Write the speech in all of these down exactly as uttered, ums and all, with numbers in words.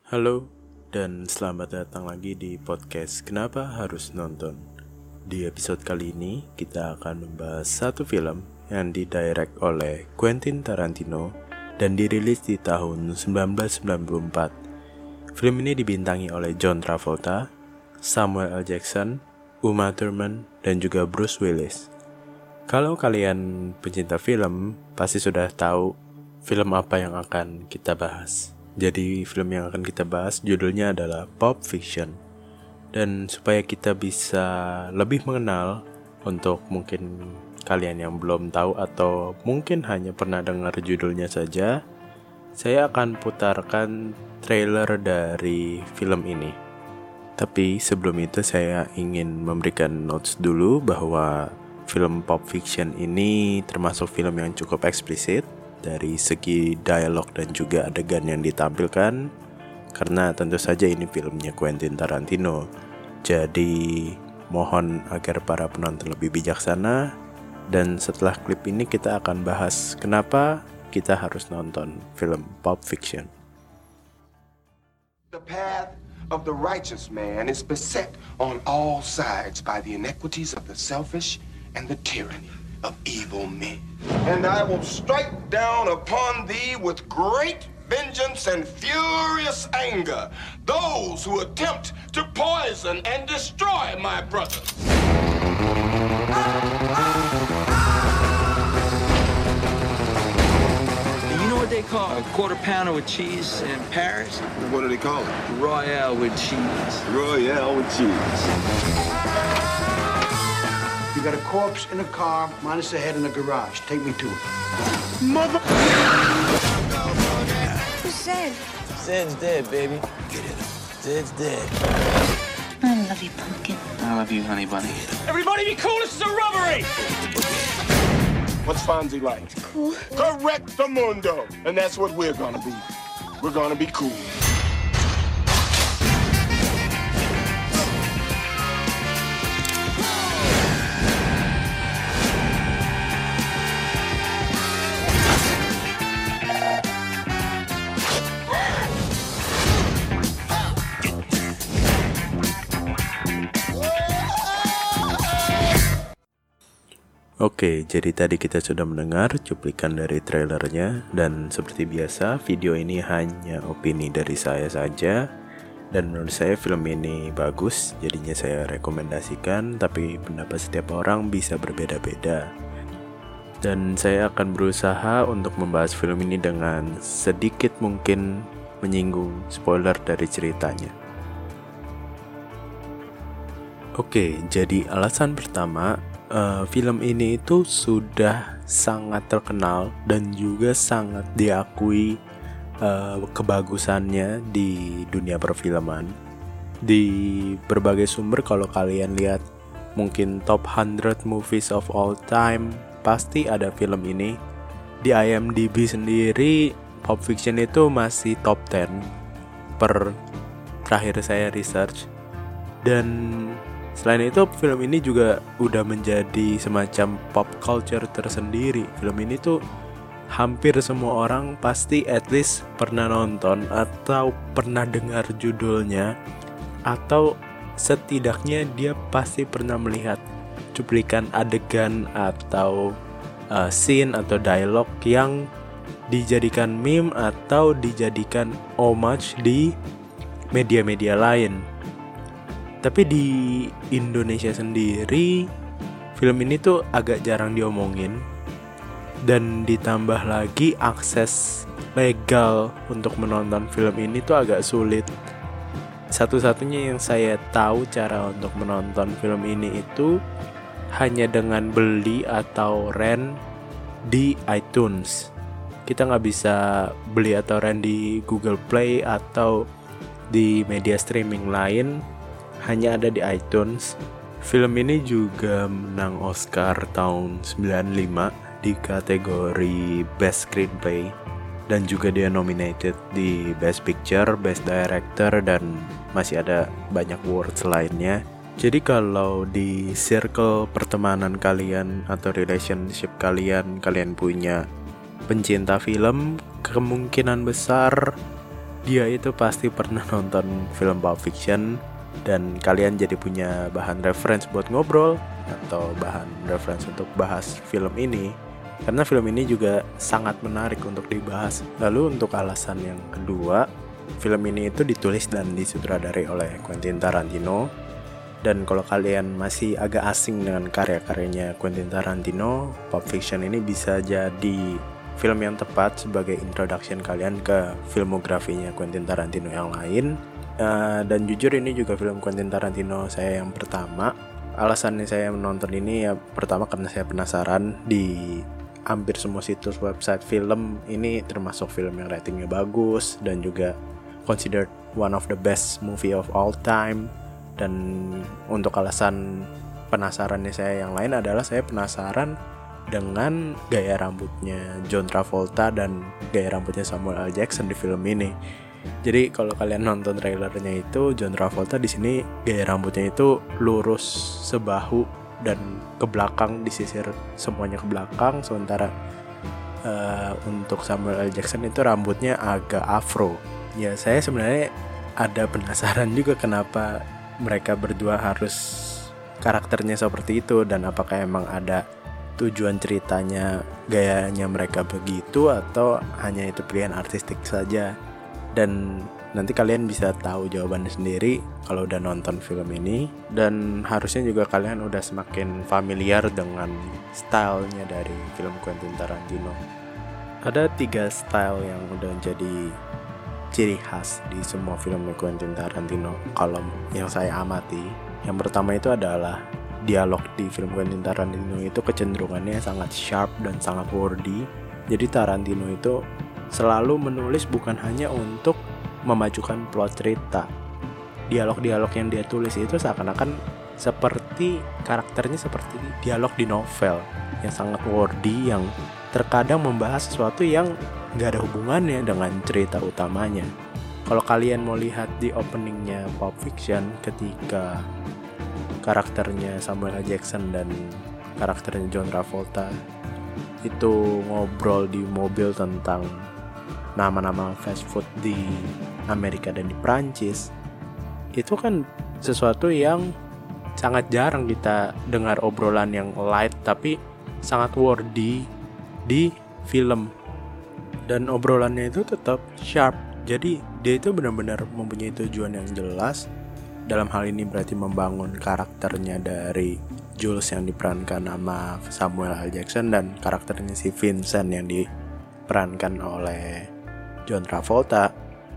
Halo, dan selamat datang lagi di podcast Kenapa Harus Nonton. Di episode kali ini, kita akan membahas satu film yang didirect oleh Quentin Tarantino dan dirilis di tahun sembilan belas sembilan puluh empat. Film ini dibintangi oleh John Travolta, Samuel L. Jackson, Uma Thurman, dan juga Bruce Willis. Kalau kalian pencinta film, pasti sudah tahu film apa yang akan kita bahas. Jadi film yang akan kita bahas judulnya adalah Pulp Fiction. Dan supaya kita bisa lebih mengenal, untuk mungkin kalian yang belum tahu atau mungkin hanya pernah dengar judulnya saja, saya akan putarkan trailer dari film ini. Tapi sebelum itu saya ingin memberikan notes dulu bahwa film Pulp Fiction ini termasuk film yang cukup eksplisit dari segi dialog dan juga adegan yang ditampilkan, karena tentu saja ini filmnya Quentin Tarantino. Jadi mohon agar para penonton lebih bijaksana. Dan setelah klip ini kita akan bahas kenapa kita harus nonton film Pulp Fiction. The path of the righteous man is beset on all sides by the iniquities of the selfish and the tyranny of evil men. And I will strike down upon thee with great vengeance and furious anger those who attempt to poison and destroy my brothers. You know what they call a quarter pounder with cheese in Paris? What do they call it? Royale with cheese. Royale with cheese. You got a corpse in a car, minus the head in the garage. Take me to it. Mother... Who's Sid? Sid's dead, baby. Get it. Sid's dead. I love you, Pumpkin. I love you, honey bunny. Everybody be cool, this is a robbery! What's Fonzie like? Cool. Correcto mundo. And that's what we're gonna be. We're gonna be cool. Oke, jadi tadi kita sudah mendengar cuplikan dari trailernya. Dan seperti biasa, video ini hanya opini dari saya saja. Dan menurut saya film ini bagus, jadinya saya rekomendasikan. Tapi pendapat setiap orang bisa berbeda-beda. Dan saya akan berusaha untuk membahas film ini dengan sedikit mungkin menyinggung spoiler dari ceritanya. Oke, jadi alasan pertama, Uh, film ini itu sudah sangat terkenal dan juga sangat diakui uh, kebagusannya di dunia perfilman. Di berbagai sumber, kalau kalian lihat mungkin top seratus movies of all time, pasti ada film ini. Di I M D B sendiri, Pulp Fiction itu masih top sepuluh per terakhir saya research. Dan selain itu, film ini juga udah menjadi semacam pop culture tersendiri. Film ini tuh hampir semua orang pasti at least pernah nonton atau pernah dengar judulnya, atau setidaknya dia pasti pernah melihat cuplikan adegan atau uh, scene atau dialog yang dijadikan meme atau dijadikan homage di media-media lain. Tapi di Indonesia sendiri, film ini tuh agak jarang diomongin. Dan ditambah lagi akses legal untuk menonton film ini tuh agak sulit. Satu-satunya yang saya tahu cara untuk menonton film ini itu hanya dengan beli atau rent di iTunes. Kita gak bisa beli atau rent di Google Play atau di media streaming lain, hanya ada di iTunes. Film ini juga menang Oscar tahun sembilan puluh lima di kategori Best Screenplay, dan juga dia nominated di Best Picture, Best Director, dan masih ada banyak awards lainnya. Jadi kalau di circle pertemanan kalian atau relationship kalian, kalian punya pencinta film, kemungkinan besar dia itu pasti pernah nonton film Pulp Fiction, dan kalian jadi punya bahan reference buat ngobrol atau bahan reference untuk bahas film ini, karena film ini juga sangat menarik untuk dibahas. Lalu untuk alasan yang kedua, film ini itu ditulis dan disutradarai oleh Quentin Tarantino. Dan kalau kalian masih agak asing dengan karya-karyanya Quentin Tarantino, Pulp Fiction ini bisa jadi film yang tepat sebagai introduction kalian ke filmografinya Quentin Tarantino yang lain. Uh, dan jujur ini juga film Quentin Tarantino saya yang pertama. Alasannya saya menonton ini ya pertama karena saya penasaran. Di hampir semua situs website film ini termasuk film yang ratingnya bagus dan juga considered one of the best movie of all time. Dan untuk alasan penasarannya saya yang lain adalah saya penasaran dengan gaya rambutnya John Travolta dan gaya rambutnya Samuel L. Jackson di film ini. Jadi kalau kalian nonton trailernya itu, John Travolta di sini gaya rambutnya itu lurus sebahu dan ke belakang, disisir semuanya ke belakang, sementara uh, untuk Samuel L. Jackson itu rambutnya agak afro. Ya saya sebenarnya ada penasaran juga kenapa mereka berdua harus karakternya seperti itu, dan apakah emang ada tujuan ceritanya gayanya mereka begitu atau hanya itu pilihan artistik saja. Dan nanti kalian bisa tahu jawabannya sendiri kalau udah nonton film ini, dan harusnya juga kalian udah semakin familiar dengan stylenya dari film Quentin Tarantino. Ada tiga style yang udah jadi ciri khas di semua film Quentin Tarantino kalau yang saya amati. Yang pertama itu adalah dialog di film Quentin Tarantino itu kecenderungannya sangat sharp dan sangat wordy. Jadi Tarantino itu selalu menulis bukan hanya untuk memajukan plot cerita. Dialog-dialog yang dia tulis itu seakan-akan seperti karakternya seperti dialog di novel yang sangat wordy, yang terkadang membahas sesuatu yang gak ada hubungannya dengan cerita utamanya. Kalau kalian mau lihat di openingnya Pulp Fiction, ketika karakternya Samuel L. Jackson dan karakternya John Travolta itu ngobrol di mobil tentang nama-nama fast food di Amerika dan di Prancis, itu kan sesuatu yang sangat jarang kita dengar, obrolan yang light tapi sangat wordy di film. Dan obrolannya itu tetap sharp. Jadi dia itu benar-benar mempunyai tujuan yang jelas. Dalam hal ini berarti membangun karakternya dari Jules yang diperankan sama Samuel L. Jackson, dan karakternya si Vincent yang diperankan oleh John Travolta.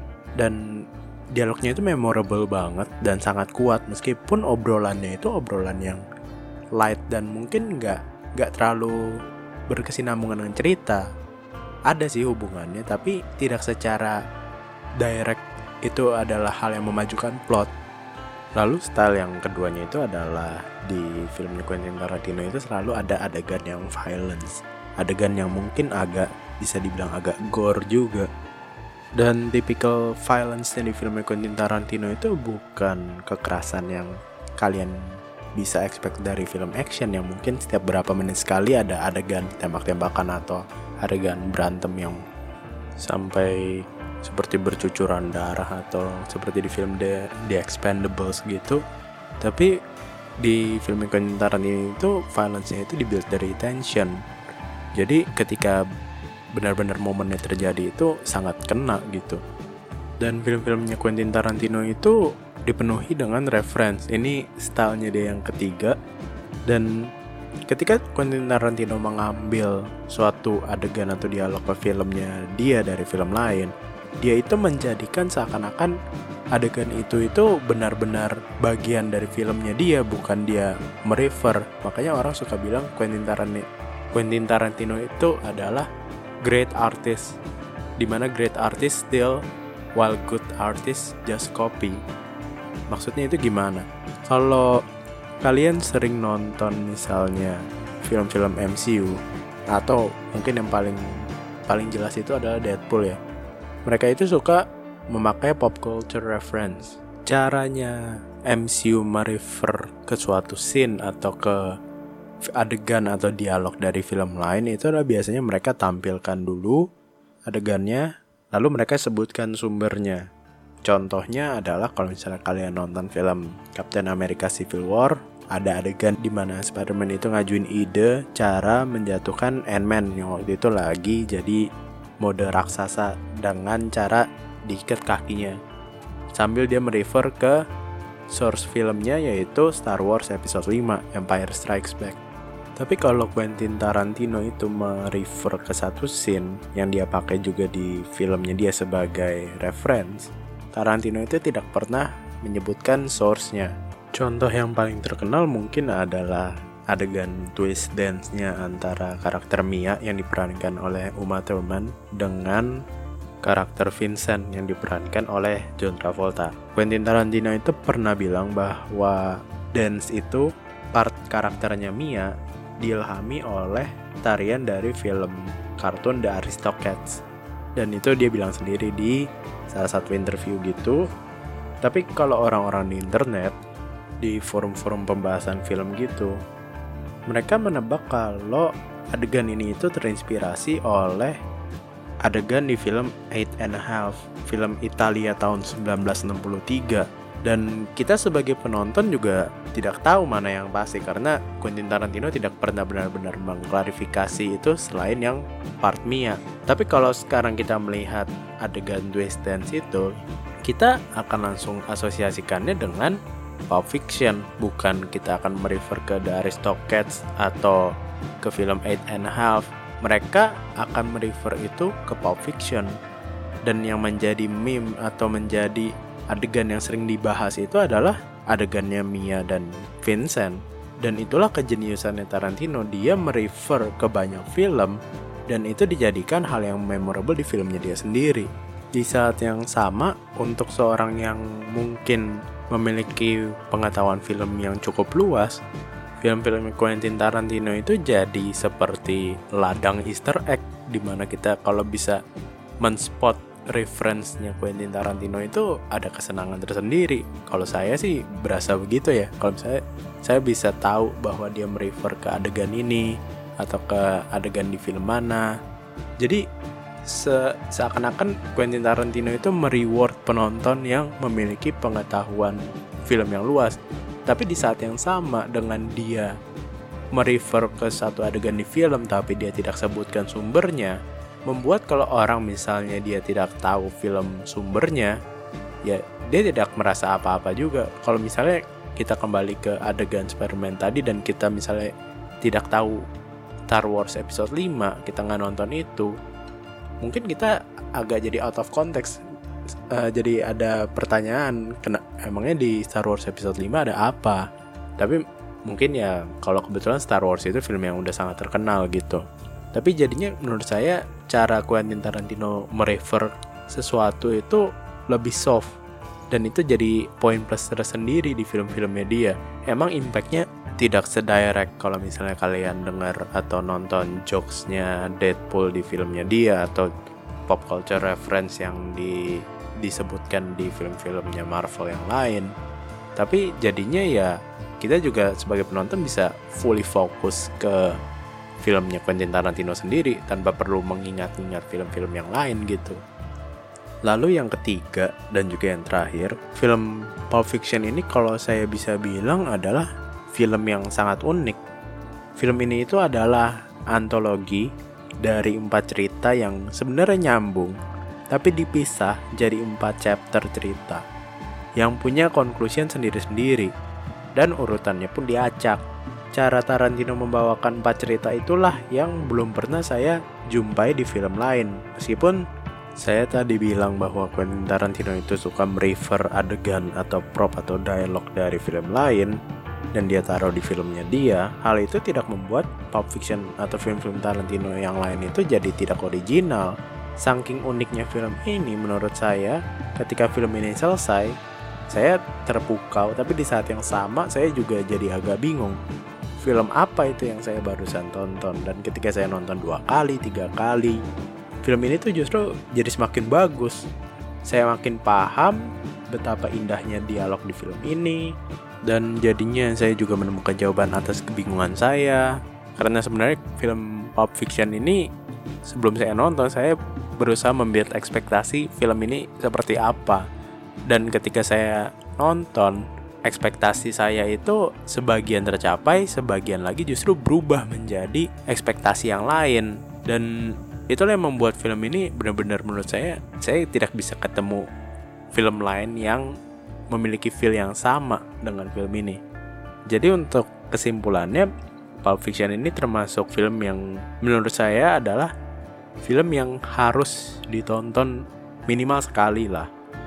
Dan dialognya itu memorable banget dan sangat kuat, meskipun obrolannya itu obrolan yang light dan mungkin gak, gak terlalu berkesinambungan dengan cerita. Ada sih hubungannya, tapi tidak secara direct itu adalah hal yang memajukan plot. Lalu style yang keduanya itu adalah di film Quentin Tarantino itu selalu ada adegan yang violence, adegan yang mungkin agak bisa dibilang agak gore juga. Dan typical violence di film Quentin Tarantino itu bukan kekerasan yang kalian bisa expect dari film action yang mungkin setiap berapa menit sekali ada adegan tembak-tembakan atau adegan berantem yang sampai seperti bercucuran darah atau seperti di film The, The Expendables gitu. Tapi di film Quentin Tarantino itu violence-nya itu dibuild dari tension. Jadi ketika benar-benar momennya terjadi itu sangat kena gitu. Dan film-filmnya Quentin Tarantino itu dipenuhi dengan reference. Ini stylenya dia yang ketiga. Dan ketika Quentin Tarantino mengambil suatu adegan atau dialog ke filmnya dia dari film lain, dia itu menjadikan seakan-akan adegan itu itu benar-benar bagian dari filmnya dia, bukan dia merefer. Makanya orang suka bilang Quentin Tarantino, Quentin Tarantino itu adalah great artist, dimana great artist still while good artist just copy. Maksudnya itu gimana? Kalau kalian sering nonton misalnya film-film M C U, atau mungkin yang paling paling jelas itu adalah Deadpool ya, mereka itu suka memakai pop culture reference. Caranya M C U merefer ke suatu scene atau ke adegan atau dialog dari film lain itu adalah biasanya mereka tampilkan dulu adegannya, lalu mereka sebutkan sumbernya. Contohnya adalah kalau misalnya kalian nonton film Captain America Civil War, ada adegan di mana Spider-Man itu ngajuin ide cara menjatuhkan Ant-Man yang waktu itu lagi jadi mode raksasa dengan cara diikat kakinya. Sambil dia merefer ke source filmnya yaitu Star Wars Episode lima, Empire Strikes Back. Tapi kalau Quentin Tarantino itu merefer ke satu scene yang dia pakai juga di filmnya dia sebagai reference, Tarantino itu tidak pernah menyebutkan source-nya. Contoh yang paling terkenal mungkin adalah adegan twist dance-nya antara karakter Mia yang diperankan oleh Uma Thurman dengan karakter Vincent yang diperankan oleh John Travolta. Quentin Tarantino itu pernah bilang bahwa dance itu part karakternya Mia diilhami oleh tarian dari film kartun The Aristocats. Dan itu dia bilang sendiri di salah satu interview gitu. Tapi kalau orang-orang di internet, di forum-forum pembahasan film gitu, mereka menebak kalau adegan ini itu terinspirasi oleh adegan di film Eight and a Half, film Italia tahun sembilan belas enam puluh tiga. Dan kita sebagai penonton juga tidak tahu mana yang pasti karena Quentin Tarantino tidak pernah benar-benar mengklarifikasi itu selain yang part Mia. Tapi kalau sekarang kita melihat adegan twist dance itu, kita akan langsung asosiasikannya dengan Pulp Fiction. Bukan kita akan merefer ke The Aristocats atau ke film Eight and a Half. Mereka akan merefer itu ke Pulp Fiction. Dan yang menjadi meme atau menjadi adegan yang sering dibahas itu adalah adegannya Mia dan Vincent. Dan itulah kejeniusannya Tarantino, dia merefer ke banyak film dan itu dijadikan hal yang memorable di filmnya dia sendiri. Di saat yang sama, untuk seorang yang mungkin memiliki pengetahuan film yang cukup luas, film-film Quentin Tarantino itu jadi seperti ladang Easter egg, dimana kita kalau bisa men-spot reference-nya Quentin Tarantino itu ada kesenangan tersendiri. Kalau saya sih berasa begitu ya. Kalau saya saya bisa tahu bahwa dia merefer ke adegan ini atau ke adegan di film mana. Jadi se- seakan-akan Quentin Tarantino itu mereward penonton yang memiliki pengetahuan film yang luas. Tapi di saat yang sama dengan dia merefer ke satu adegan di film tapi dia tidak sebutkan sumbernya, membuat kalau orang misalnya dia tidak tahu film sumbernya, ya dia tidak merasa apa-apa juga. Kalau misalnya kita kembali ke adegan Spider-Man tadi dan kita misalnya tidak tahu Star Wars Episode lima, kita nggak nonton itu, mungkin kita agak jadi out of context. Uh, jadi ada pertanyaan, kena, emangnya di Star Wars Episode lima ada apa? Tapi mungkin ya kalau kebetulan Star Wars itu film yang udah sangat terkenal gitu. Tapi jadinya menurut saya cara Quentin Tarantino merefer sesuatu itu lebih soft. Dan itu jadi poin plus tersendiri di film-filmnya dia. Emang impactnya tidak sedirect kalau misalnya kalian dengar atau nonton jokesnya Deadpool di filmnya dia, atau pop culture reference yang di, disebutkan di film-filmnya Marvel yang lain. Tapi jadinya ya kita juga sebagai penonton bisa fully fokus ke filmnya Quentin Tarantino sendiri tanpa perlu mengingat-ingat film-film yang lain gitu. Lalu yang ketiga dan juga yang terakhir, film Pulp Fiction ini kalau saya bisa bilang adalah film yang sangat unik. Film ini itu adalah antologi dari empat cerita yang sebenarnya nyambung, tapi dipisah jadi empat chapter cerita yang punya conclusion sendiri-sendiri dan urutannya pun diacak. Cara Tarantino membawakan empat cerita itulah yang belum pernah saya jumpai di film lain. Meskipun saya tadi bilang bahwa Quentin Tarantino itu suka merefer adegan atau prop atau dialog dari film lain dan dia taruh di filmnya dia, hal itu tidak membuat Pulp Fiction atau film-film Tarantino yang lain itu jadi tidak original. Saking uniknya film ini menurut saya, ketika film ini selesai, saya terpukau, tapi di saat yang sama saya juga jadi agak bingung. Film apa itu yang saya barusan tonton? Dan ketika saya nonton dua kali, tiga kali, film ini tuh justru jadi semakin bagus. Saya makin paham betapa indahnya dialog di film ini. Dan jadinya saya juga menemukan jawaban atas kebingungan saya. Karena sebenarnya film Pulp Fiction ini sebelum saya nonton, saya berusaha membuat ekspektasi film ini seperti apa. Dan ketika saya nonton, ekspektasi saya itu sebagian tercapai, sebagian lagi justru berubah menjadi ekspektasi yang lain. Dan itulah yang membuat film ini benar-benar menurut saya, saya tidak bisa ketemu film lain yang memiliki feel yang sama dengan film ini. Jadi untuk kesimpulannya, Pulp Fiction ini termasuk film yang menurut saya adalah film yang harus ditonton minimal sekali lah.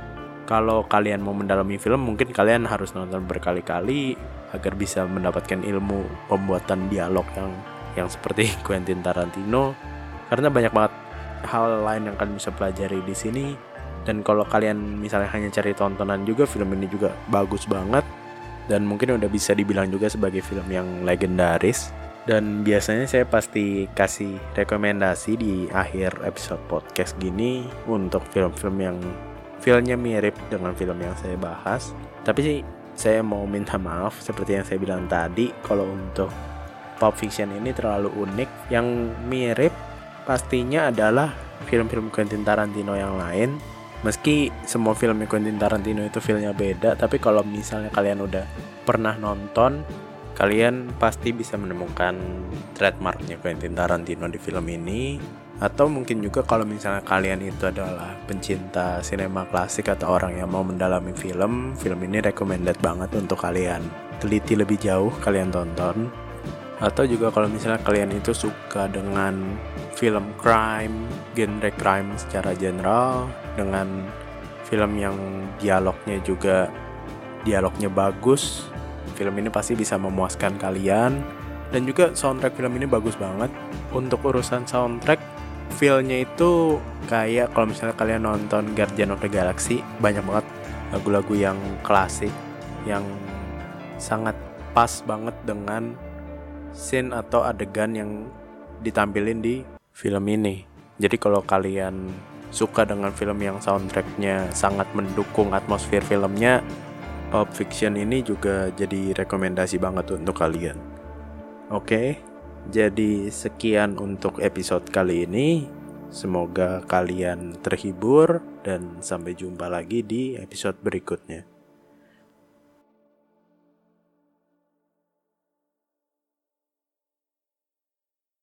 Kalau kalian mau mendalami film, mungkin kalian harus nonton berkali-kali agar bisa mendapatkan ilmu pembuatan dialog yang yang seperti Quentin Tarantino. Karena banyak banget hal lain yang kalian bisa pelajari di sini. Dan kalau kalian misalnya hanya cari tontonan juga, film ini juga bagus banget. Dan mungkin udah bisa dibilang juga sebagai film yang legendaris. Dan biasanya saya pasti kasih rekomendasi di akhir episode podcast gini untuk film-film yang filmnya mirip dengan film yang saya bahas. Tapi sih saya mau minta maaf seperti yang saya bilang tadi, kalau untuk Pulp Fiction ini terlalu unik. Yang mirip pastinya adalah film-film Quentin Tarantino yang lain. Meski semua film Quentin Tarantino itu filmnya beda, tapi kalau misalnya kalian udah pernah nonton, kalian pasti bisa menemukan trademarknya Quentin Tarantino di film ini. Atau mungkin juga kalau misalnya kalian itu adalah pencinta sinema klasik atau orang yang mau mendalami film, film ini recommended banget untuk kalian teliti lebih jauh, kalian tonton. Atau juga kalau misalnya kalian itu suka dengan film crime, genre crime secara general, dengan film yang dialognya juga dialognya bagus, film ini pasti bisa memuaskan kalian. Dan juga soundtrack film ini bagus banget. Untuk urusan soundtrack, feel-nya itu kayak kalau misalnya kalian nonton Guardian of the Galaxy, banyak banget lagu-lagu yang klasik yang sangat pas banget dengan scene atau adegan yang ditampilin di film ini. Jadi kalau kalian suka dengan film yang soundtracknya sangat mendukung atmosfer filmnya, Pulp Fiction ini juga jadi rekomendasi banget untuk kalian. Oke, jadi sekian untuk episode kali ini. Semoga kalian terhibur dan sampai jumpa lagi di episode berikutnya.